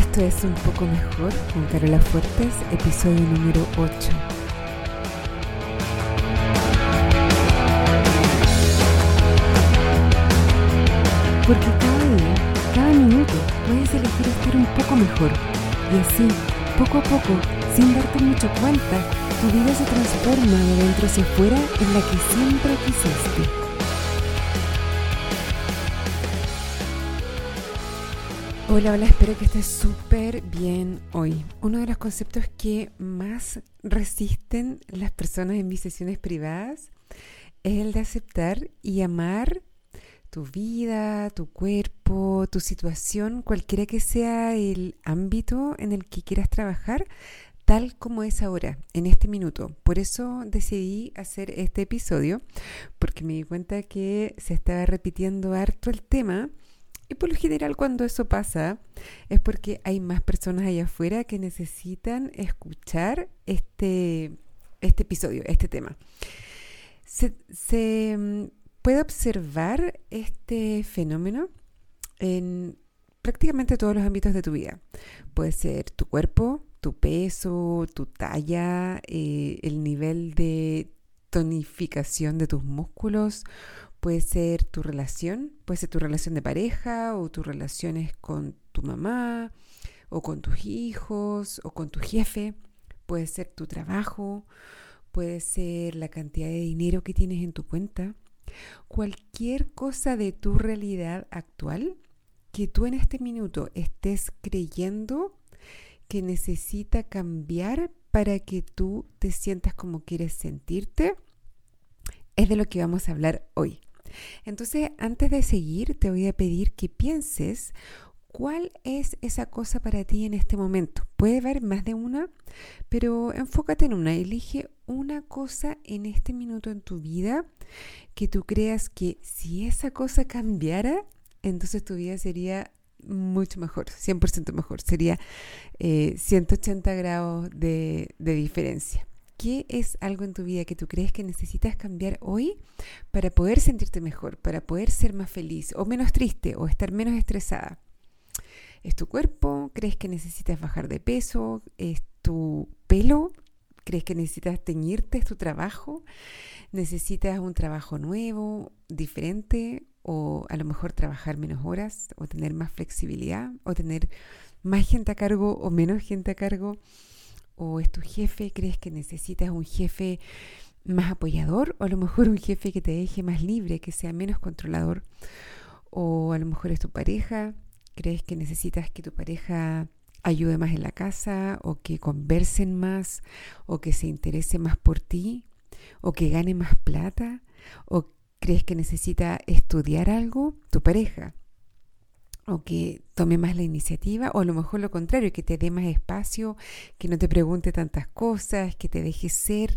Esto es Un Poco Mejor con Carola Fuertes, episodio número 8. Porque cada día, cada minuto, puedes elegir estar un poco mejor. Y así, poco a poco, sin darte mucho cuenta, tu vida se transforma de dentro hacia afuera en la que siempre quisiste. Hola, espero que estés súper bien hoy. Uno de los conceptos que más resisten las personas en mis sesiones privadas es el de aceptar y amar tu vida, tu cuerpo, tu situación, cualquiera que sea el ámbito en el que quieras trabajar, tal como es ahora, en este minuto. Por eso decidí hacer este episodio, porque me di cuenta que se estaba repitiendo harto el tema. Y por lo general cuando eso pasa es porque hay más personas allá afuera que necesitan escuchar este episodio, este tema. Se puede observar este fenómeno en prácticamente todos los ámbitos de tu vida. Puede ser tu cuerpo, tu peso, tu talla, el nivel de tonificación de tus músculos. Puede ser tu relación de pareja o tus relaciones con tu mamá o con tus hijos o con tu jefe. Puede ser tu trabajo, puede ser la cantidad de dinero que tienes en tu cuenta. Cualquier cosa de tu realidad actual que tú en este minuto estés creyendo que necesita cambiar para que tú te sientas como quieres sentirte, es de lo que vamos a hablar hoy. Entonces, antes de seguir, te voy a pedir que pienses cuál es esa cosa para ti en este momento. Puede haber más de una, pero enfócate en una. Elige una cosa en este minuto en tu vida que tú creas que si esa cosa cambiara, entonces tu vida sería mucho mejor, 100% mejor. Sería 180 grados de diferencia. ¿Qué es algo en tu vida que tú crees que necesitas cambiar hoy para poder sentirte mejor, para poder ser más feliz o menos triste o estar menos estresada? ¿Es tu cuerpo? ¿Crees que necesitas bajar de peso? ¿Es tu pelo? ¿Crees que necesitas teñirte? ¿Es tu trabajo? ¿Necesitas un trabajo nuevo, diferente? ¿O a lo mejor trabajar menos horas? ¿O tener más flexibilidad? ¿O tener más gente a cargo o menos gente a cargo? ¿O es tu jefe? ¿Crees que necesitas un jefe más apoyador? ¿O a lo mejor un jefe que te deje más libre, que sea menos controlador? ¿O a lo mejor es tu pareja? ¿Crees que necesitas que tu pareja ayude más en la casa? ¿O que conversen más? ¿O que se interese más por ti? ¿O que gane más plata? ¿O crees que necesita estudiar algo? Tu pareja. O que tome más la iniciativa, o a lo mejor lo contrario, que te dé más espacio, que no te pregunte tantas cosas, que te deje ser.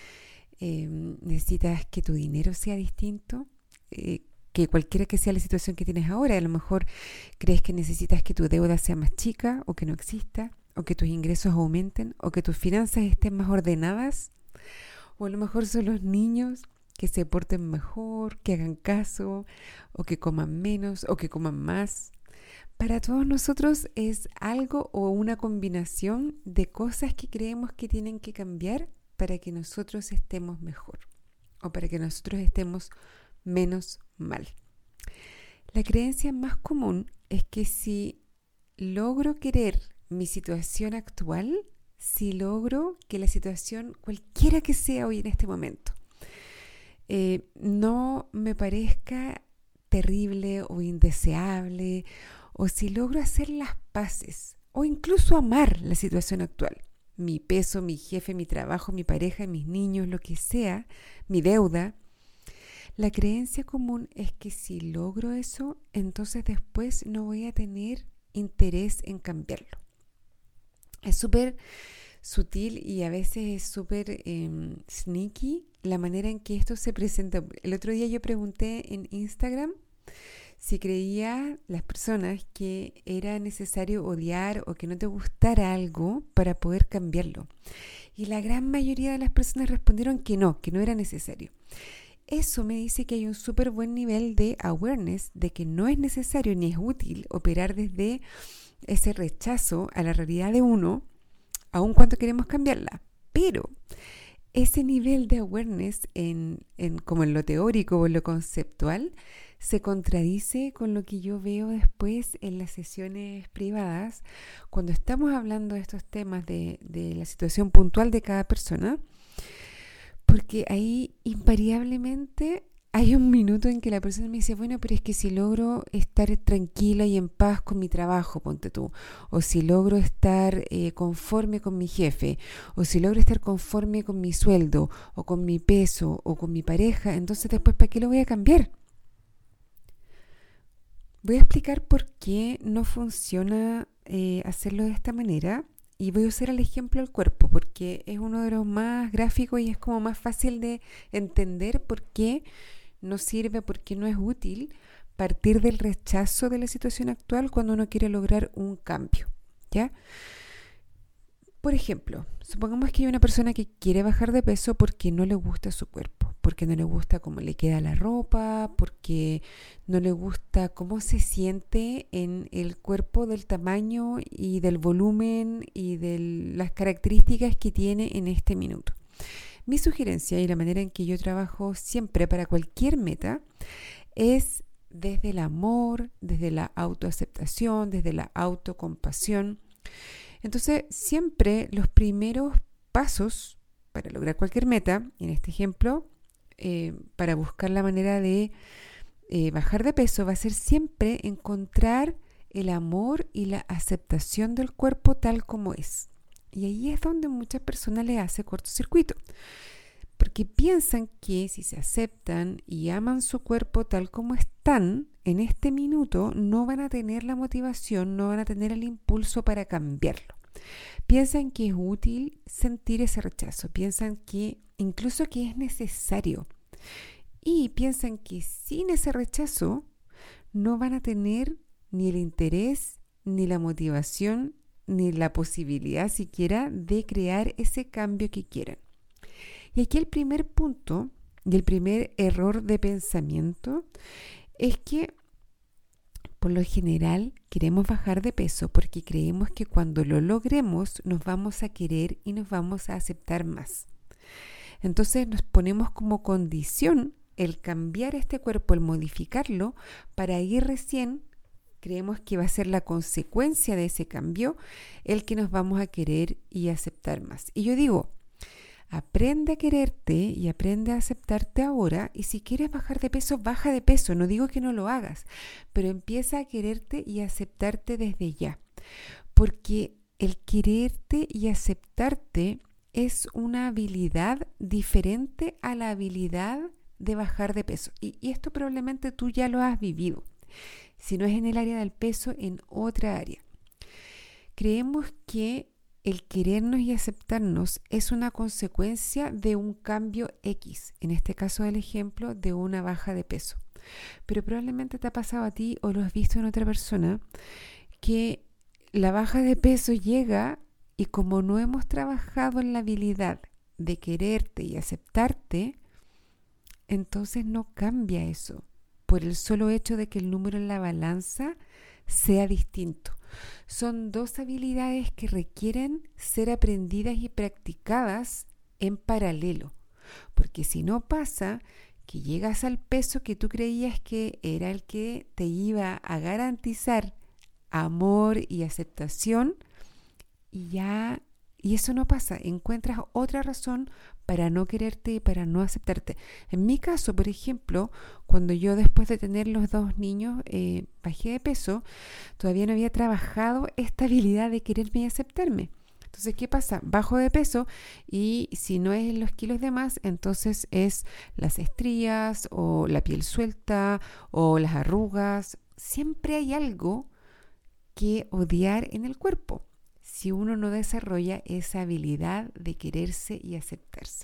Necesitas que tu dinero sea distinto, que cualquiera que sea la situación que tienes ahora. A lo mejor crees que necesitas que tu deuda sea más chica, o que no exista, o que tus ingresos aumenten, o que tus finanzas estén más ordenadas. O a lo mejor son los niños que se porten mejor, que hagan caso, o que coman menos, o que coman más. Para todos nosotros es algo o una combinación de cosas que creemos que tienen que cambiar para que nosotros estemos mejor o para que nosotros estemos menos mal. La creencia más común es que si logro querer mi situación actual, si logro que la situación, cualquiera que sea hoy en este momento, no me parezca terrible o indeseable, o si logro hacer las paces o incluso amar la situación actual, mi peso, mi jefe, mi trabajo, mi pareja, mis niños, lo que sea, mi deuda, la creencia común es que si logro eso, entonces después no voy a tener interés en cambiarlo. Es súper sutil y a veces es súper sneaky la manera en que esto se presenta. El otro día yo pregunté en Instagram si creía las personas que era necesario odiar o que no te gustara algo para poder cambiarlo. Y la gran mayoría de las personas respondieron que no era necesario. eso me dice que hay un súper buen nivel de awareness de que no es necesario ni es útil operar desde ese rechazo a la realidad de uno, aun cuando queremos cambiarla. Pero ese nivel de awareness como en lo teórico o en lo conceptual se contradice con lo que yo veo después en las sesiones privadas cuando estamos hablando de estos temas de la situación puntual de cada persona, porque ahí invariablemente hay un minuto en que la persona me dice, bueno, pero es que si logro estar tranquila y en paz con mi trabajo, ponte tú, o si logro estar conforme con mi jefe, o si logro estar conforme con mi sueldo, o con mi peso, o con mi pareja, entonces después, ¿para qué lo voy a cambiar? Voy a explicar por qué no funciona hacerlo de esta manera. Y voy a usar el ejemplo del cuerpo, porque es uno de los más gráficos y es como más fácil de entender por qué no sirve, por qué no es útil partir del rechazo de la situación actual cuando uno quiere lograr un cambio, ¿ya? Por ejemplo, supongamos que hay una persona que quiere bajar de peso porque no le gusta su cuerpo, porque no le gusta cómo le queda la ropa, porque no le gusta cómo se siente en el cuerpo, del tamaño y del volumen y de las características que tiene en este minuto. Mi sugerencia y la manera en que yo trabajo siempre para cualquier meta es desde el amor, desde la autoaceptación, desde la autocompasión. Entonces, siempre los primeros pasos para lograr cualquier meta, en este ejemplo, para buscar la manera de bajar de peso, va a ser siempre encontrar el amor y la aceptación del cuerpo tal como es. Y ahí es donde muchas personas le hace cortocircuito, porque piensan que si se aceptan y aman su cuerpo tal como están, en este minuto no van a tener la motivación, no van a tener el impulso para cambiarlo. Piensan que es útil sentir ese rechazo, piensan que incluso que es necesario y piensan que sin ese rechazo no van a tener ni el interés, ni la motivación, ni la posibilidad siquiera de crear ese cambio que quieran. Y aquí el primer punto y el primer error de pensamiento es que por lo general queremos bajar de peso porque creemos que cuando lo logremos nos vamos a querer y nos vamos a aceptar más. Entonces nos ponemos como condición el cambiar este cuerpo, el modificarlo, para ahí recién creemos que va a ser la consecuencia de ese cambio el que nos vamos a querer y aceptar más. Y yo digo, aprende a quererte y aprende a aceptarte ahora, y si quieres bajar de peso, baja de peso. No digo que no lo hagas, pero empieza a quererte y aceptarte desde ya. Porque el quererte y aceptarte es una habilidad diferente a la habilidad de bajar de peso. Y esto probablemente tú ya lo has vivido. Si no es en el área del peso, en otra área. Creemos que el querernos y aceptarnos es una consecuencia de un cambio X, en este caso del ejemplo de una baja de peso. Pero probablemente te ha pasado a ti o lo has visto en otra persona que la baja de peso llega y como no hemos trabajado en la habilidad de quererte y aceptarte, entonces no cambia eso por el solo hecho de que el número en la balanza sea distinto. Son dos habilidades que requieren ser aprendidas y practicadas en paralelo, porque si no pasa que llegas al peso que tú creías que era el que te iba a garantizar amor y aceptación y eso no pasa, encuentras otra razón para no quererte y para no aceptarte. En mi caso, por ejemplo, cuando yo después de tener los 2 niños bajé de peso, todavía no había trabajado esta habilidad de quererme y aceptarme. Entonces, ¿qué pasa? Bajo de peso y si no es los kilos de más, entonces es las estrías o la piel suelta o las arrugas. Siempre hay algo que odiar en el cuerpo si uno no desarrolla esa habilidad de quererse y aceptarse.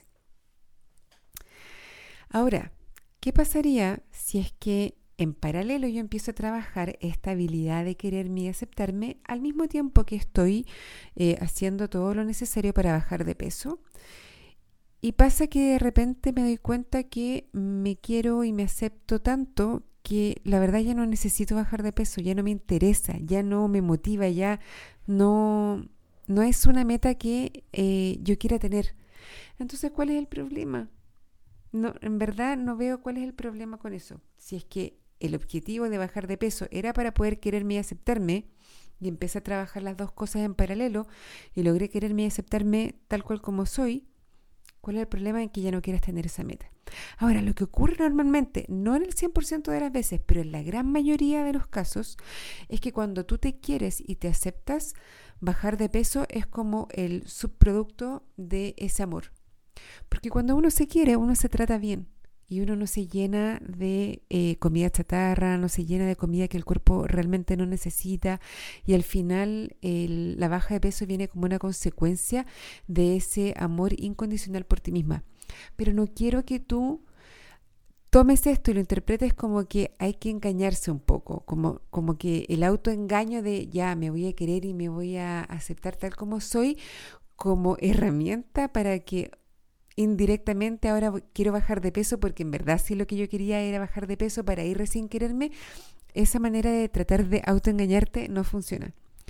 Ahora, ¿qué pasaría si es que en paralelo yo empiezo a trabajar esta habilidad de quererme y aceptarme al mismo tiempo que estoy haciendo todo lo necesario para bajar de peso? Y pasa que de repente me doy cuenta que me quiero y me acepto tanto que la verdad ya no necesito bajar de peso, ya no me interesa, ya no me motiva, ya no, no es una meta que yo quiera tener. Entonces, ¿cuál es el problema? No, en verdad no veo cuál es el problema con eso. Si es que el objetivo de bajar de peso era para poder quererme y aceptarme, y empecé a trabajar las dos cosas en paralelo y logré quererme y aceptarme tal cual como soy, ¿cuál es el problema en que ya no quieras tener esa meta? Ahora, lo que ocurre normalmente, no en el 100% de las veces, pero en la gran mayoría de los casos, es que cuando tú te quieres y te aceptas, bajar de peso es como el subproducto de ese amor. Porque cuando uno se quiere, uno se trata bien. Y uno no se llena de comida chatarra, no se llena de comida que el cuerpo realmente no necesita. Y al final la baja de peso viene como una consecuencia de ese amor incondicional por ti misma. Pero no quiero que tú tomes esto y lo interpretes como que hay que engañarse un poco, como que el autoengaño de ya me voy a querer y me voy a aceptar tal como soy, como herramienta para que indirectamente ahora quiero bajar de peso porque en verdad sí lo que yo quería era bajar de peso para ir recién quererme. Esa manera de tratar de autoengañarte no funciona.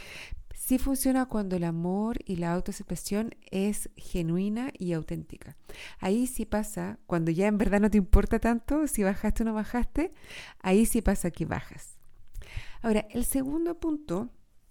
Sí funciona cuando el amor y la autoaceptación es genuina y auténtica. Ahí sí pasa, cuando ya en verdad no te importa tanto si bajaste o no bajaste, ahí sí pasa que bajas. Ahora, el segundo punto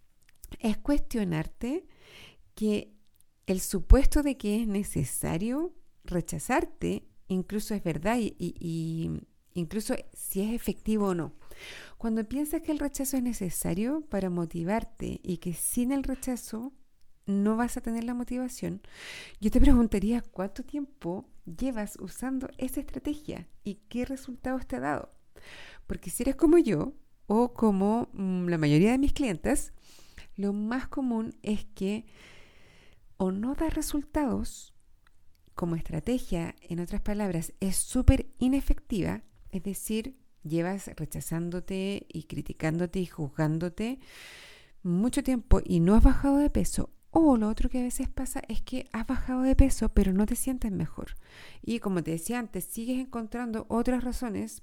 es cuestionarte que el supuesto de que es necesario rechazarte incluso es verdad y incluso si es efectivo o no. Cuando piensas que el rechazo es necesario para motivarte y que sin el rechazo no vas a tener la motivación, yo te preguntaría cuánto tiempo llevas usando esa estrategia y qué resultados te ha dado. Porque si eres como yo o como la mayoría de mis clientes, lo más común es que o no da resultados como estrategia, en otras palabras, es súper inefectiva, es decir, llevas rechazándote y criticándote y juzgándote mucho tiempo y no has bajado de peso. O lo otro que a veces pasa es que has bajado de peso pero no te sientes mejor. Y como te decía antes, sigues encontrando otras razones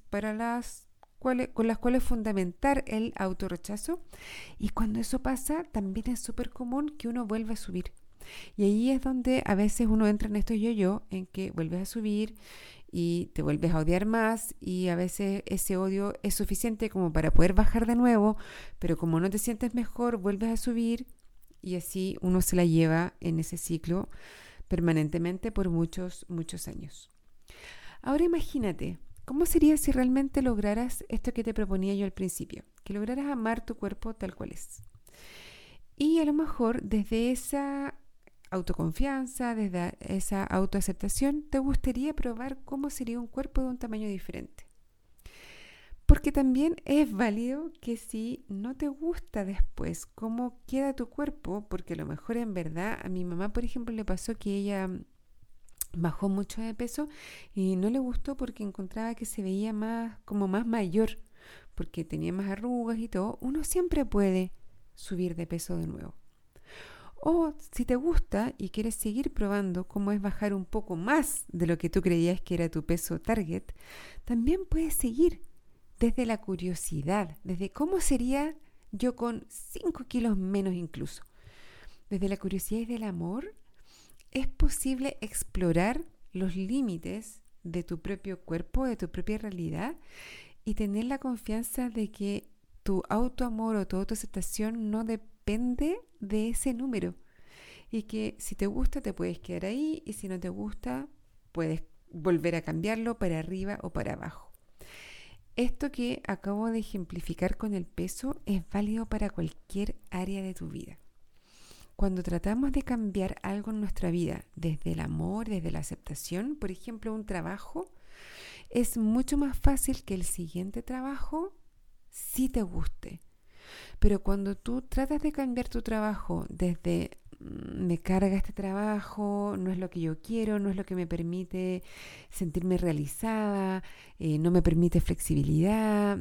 con las cuales fundamentar el autorrechazo. Y cuando eso pasa, también es súper común que uno vuelva a subir. Y ahí es donde a veces uno entra en estos yo-yo, en que vuelves a subir y te vuelves a odiar más y a veces ese odio es suficiente como para poder bajar de nuevo, pero como no te sientes mejor, vuelves a subir y así uno se la lleva en ese ciclo permanentemente por muchos, muchos años. Ahora imagínate, ¿cómo sería si realmente lograras esto que te proponía yo al principio? Que lograras amar tu cuerpo tal cual es. Y a lo mejor desde esa autoconfianza, desde esa autoaceptación, te gustaría probar cómo sería un cuerpo de un tamaño diferente. Porque también es válido que si no te gusta después cómo queda tu cuerpo, porque a lo mejor en verdad a mi mamá, por ejemplo, le pasó que ella bajó mucho de peso y no le gustó porque encontraba que se veía más como más mayor, porque tenía más arrugas y todo. Uno siempre puede subir de peso de nuevo. O si te gusta y quieres seguir probando cómo es bajar un poco más de lo que tú creías que era tu peso target, también puedes seguir desde la curiosidad, desde cómo sería yo con 5 kilos menos incluso. Desde la curiosidad y del amor es posible explorar los límites de tu propio cuerpo, de tu propia realidad y tener la confianza de que tu autoamor o tu autoaceptación no depende de ese número y que si te gusta te puedes quedar ahí y si no te gusta puedes volver a cambiarlo para arriba o para abajo. Esto que acabo de ejemplificar con el peso es válido para cualquier área de tu vida. Cuando tratamos de cambiar algo en nuestra vida, desde el amor, desde la aceptación, por ejemplo, un trabajo, es mucho más fácil que el siguiente trabajo sí te guste. Pero cuando tú tratas de cambiar tu trabajo desde me carga este trabajo, no es lo que yo quiero, no es lo que me permite sentirme realizada, no me permite flexibilidad,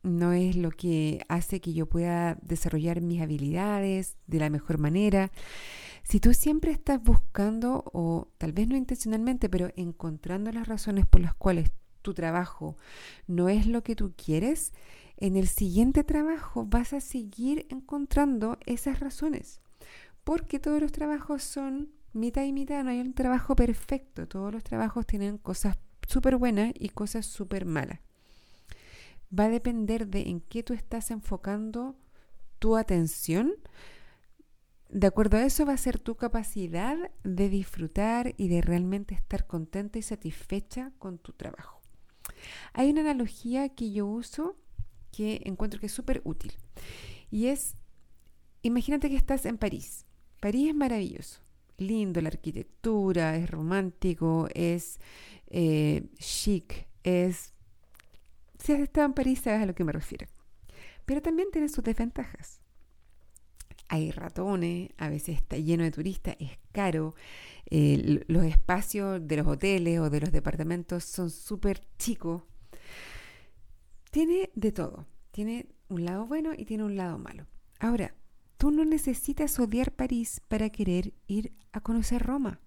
no es lo que hace que yo pueda desarrollar mis habilidades de la mejor manera. Si tú siempre estás buscando, o tal vez no intencionalmente, pero encontrando las razones por las cuales tu trabajo no es lo que tú quieres, en el siguiente trabajo vas a seguir encontrando esas razones. Porque todos los trabajos son mitad y mitad, no hay un trabajo perfecto. Todos los trabajos tienen cosas súper buenas y cosas súper malas. Va a depender de en qué tú estás enfocando tu atención. De acuerdo a eso va a ser tu capacidad de disfrutar y de realmente estar contenta y satisfecha con tu trabajo. Hay una analogía que yo uso que encuentro que es súper útil. Y es, imagínate que estás en París. París es maravilloso, lindo, la arquitectura, es romántico, es chic, es... Si has estado en París sabes a lo que me refiero. Pero también tiene sus desventajas. Hay ratones, a veces está lleno de turistas, es caro, los espacios de los hoteles o de los departamentos son súper chicos. Tiene de todo, tiene un lado bueno y tiene un lado malo. Ahora, tú no necesitas odiar París para querer ir a conocer Roma.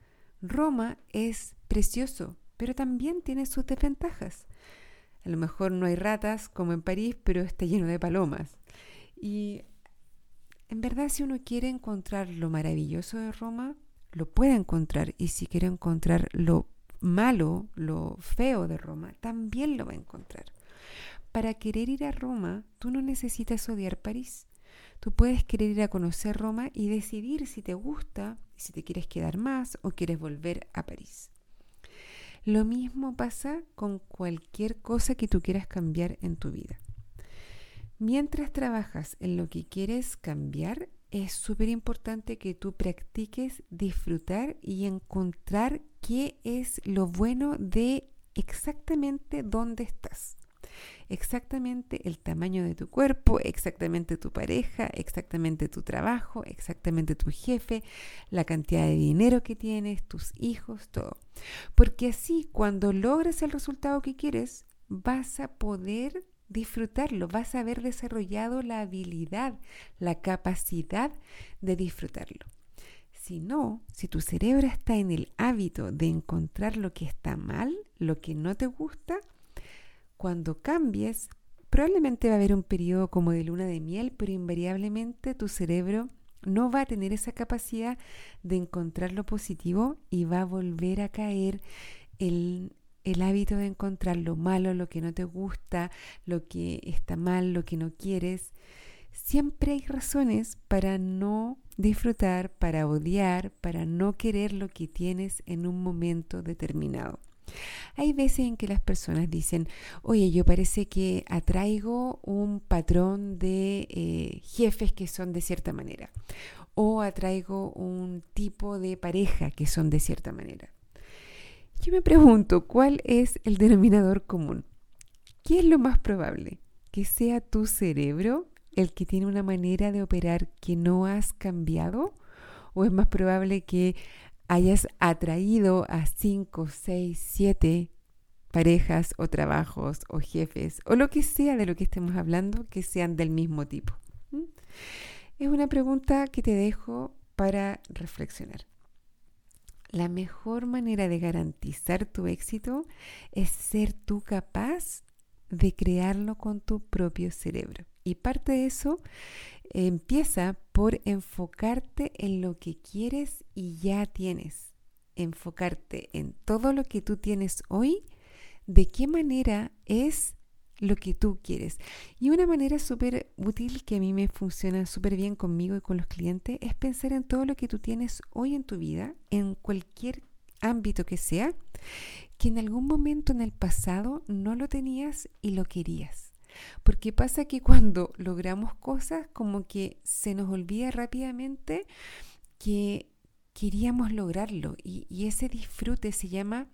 Roma es precioso, pero también tiene sus desventajas. A lo mejor no hay ratas como en París, pero está lleno de palomas. Y en verdad, si uno quiere encontrar lo maravilloso de Roma, lo puede encontrar. Y si quiere encontrar lo malo, lo feo de Roma, también lo va a encontrar. Para querer ir a Roma, tú no necesitas odiar París. Tú puedes querer ir a conocer Roma y decidir si te gusta, si te quieres quedar más o quieres volver a París. Lo mismo pasa con cualquier cosa que tú quieras cambiar en tu vida. Mientras trabajas en lo que quieres cambiar, es súper importante que tú practiques disfrutar y encontrar qué es lo bueno de exactamente dónde estás. Exactamente el tamaño de tu cuerpo, exactamente tu pareja, exactamente tu trabajo, exactamente tu jefe, la cantidad de dinero que tienes, tus hijos, todo. Porque así, cuando logres el resultado que quieres, vas a poder disfrutarlo, vas a haber desarrollado la habilidad, la capacidad de disfrutarlo. Si no, si tu cerebro está en el hábito de encontrar lo que está mal, lo que no te gusta, cuando cambies, probablemente va a haber un periodo como de luna de miel, pero invariablemente tu cerebro no va a tener esa capacidad de encontrar lo positivo y va a volver a caer el hábito de encontrar lo malo, lo que no te gusta, lo que está mal, lo que no quieres. Siempre hay razones para no disfrutar, para odiar, para no querer lo que tienes en un momento determinado. Hay veces en que las personas dicen, oye, yo parece que atraigo un patrón de jefes que son de cierta manera, o atraigo un tipo de pareja que son de cierta manera. Yo me pregunto, ¿cuál es el denominador común? ¿Qué es lo más probable? ¿Que sea tu cerebro el que tiene una manera de operar que no has cambiado? ¿O es más probable que hayas atraído a 5, 6, 7 parejas o trabajos o jefes o lo que sea de lo que estemos hablando que sean del mismo tipo? Es una pregunta que te dejo para reflexionar. La mejor manera de garantizar tu éxito es ser tú capaz de crearlo con tu propio cerebro. Y parte de eso empieza por enfocarte en lo que quieres y ya tienes. Enfocarte en todo lo que tú tienes hoy, de qué manera es lo que tú quieres. Y una manera súper útil que a mí me funciona súper bien conmigo y con los clientes es pensar en todo lo que tú tienes hoy en tu vida, en cualquier ámbito que sea, que en algún momento en el pasado no lo tenías y lo querías. Porque pasa que cuando logramos cosas como que se nos olvida rápidamente que queríamos lograrlo y ese disfrute se llama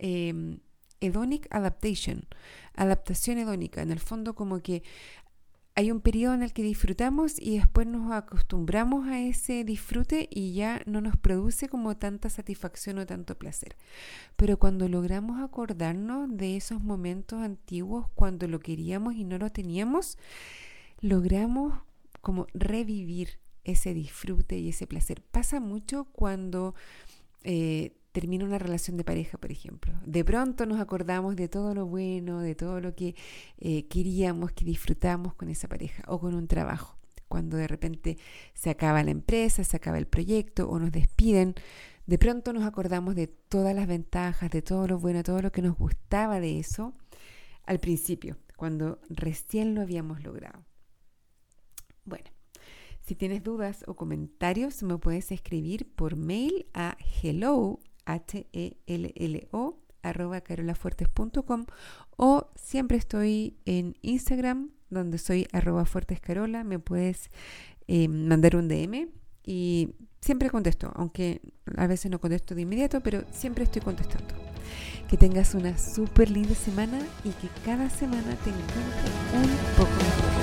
hedonic adaptation, adaptación hedónica. En el fondo como que hay un periodo en el que disfrutamos y después nos acostumbramos a ese disfrute y ya no nos produce como tanta satisfacción o tanto placer. Pero cuando logramos acordarnos de esos momentos antiguos, cuando lo queríamos y no lo teníamos, logramos como revivir ese disfrute y ese placer. Pasa mucho cuando termina una relación de pareja, por ejemplo. De pronto nos acordamos de todo lo bueno, de todo lo que queríamos, que disfrutamos con esa pareja o con un trabajo. Cuando de repente se acaba la empresa, se acaba el proyecto o nos despiden, de pronto nos acordamos de todas las ventajas, de todo lo bueno, todo lo que nos gustaba de eso al principio, cuando recién lo habíamos logrado. Bueno, si tienes dudas o comentarios, me puedes escribir por mail a hello@carolafuertes.com o siempre estoy en Instagram, donde soy @fuertescarola. Me puedes mandar un DM y siempre contesto, aunque a veces no contesto de inmediato, pero siempre estoy contestando. Que tengas una súper linda semana y que cada semana te encuentre un poco mejor.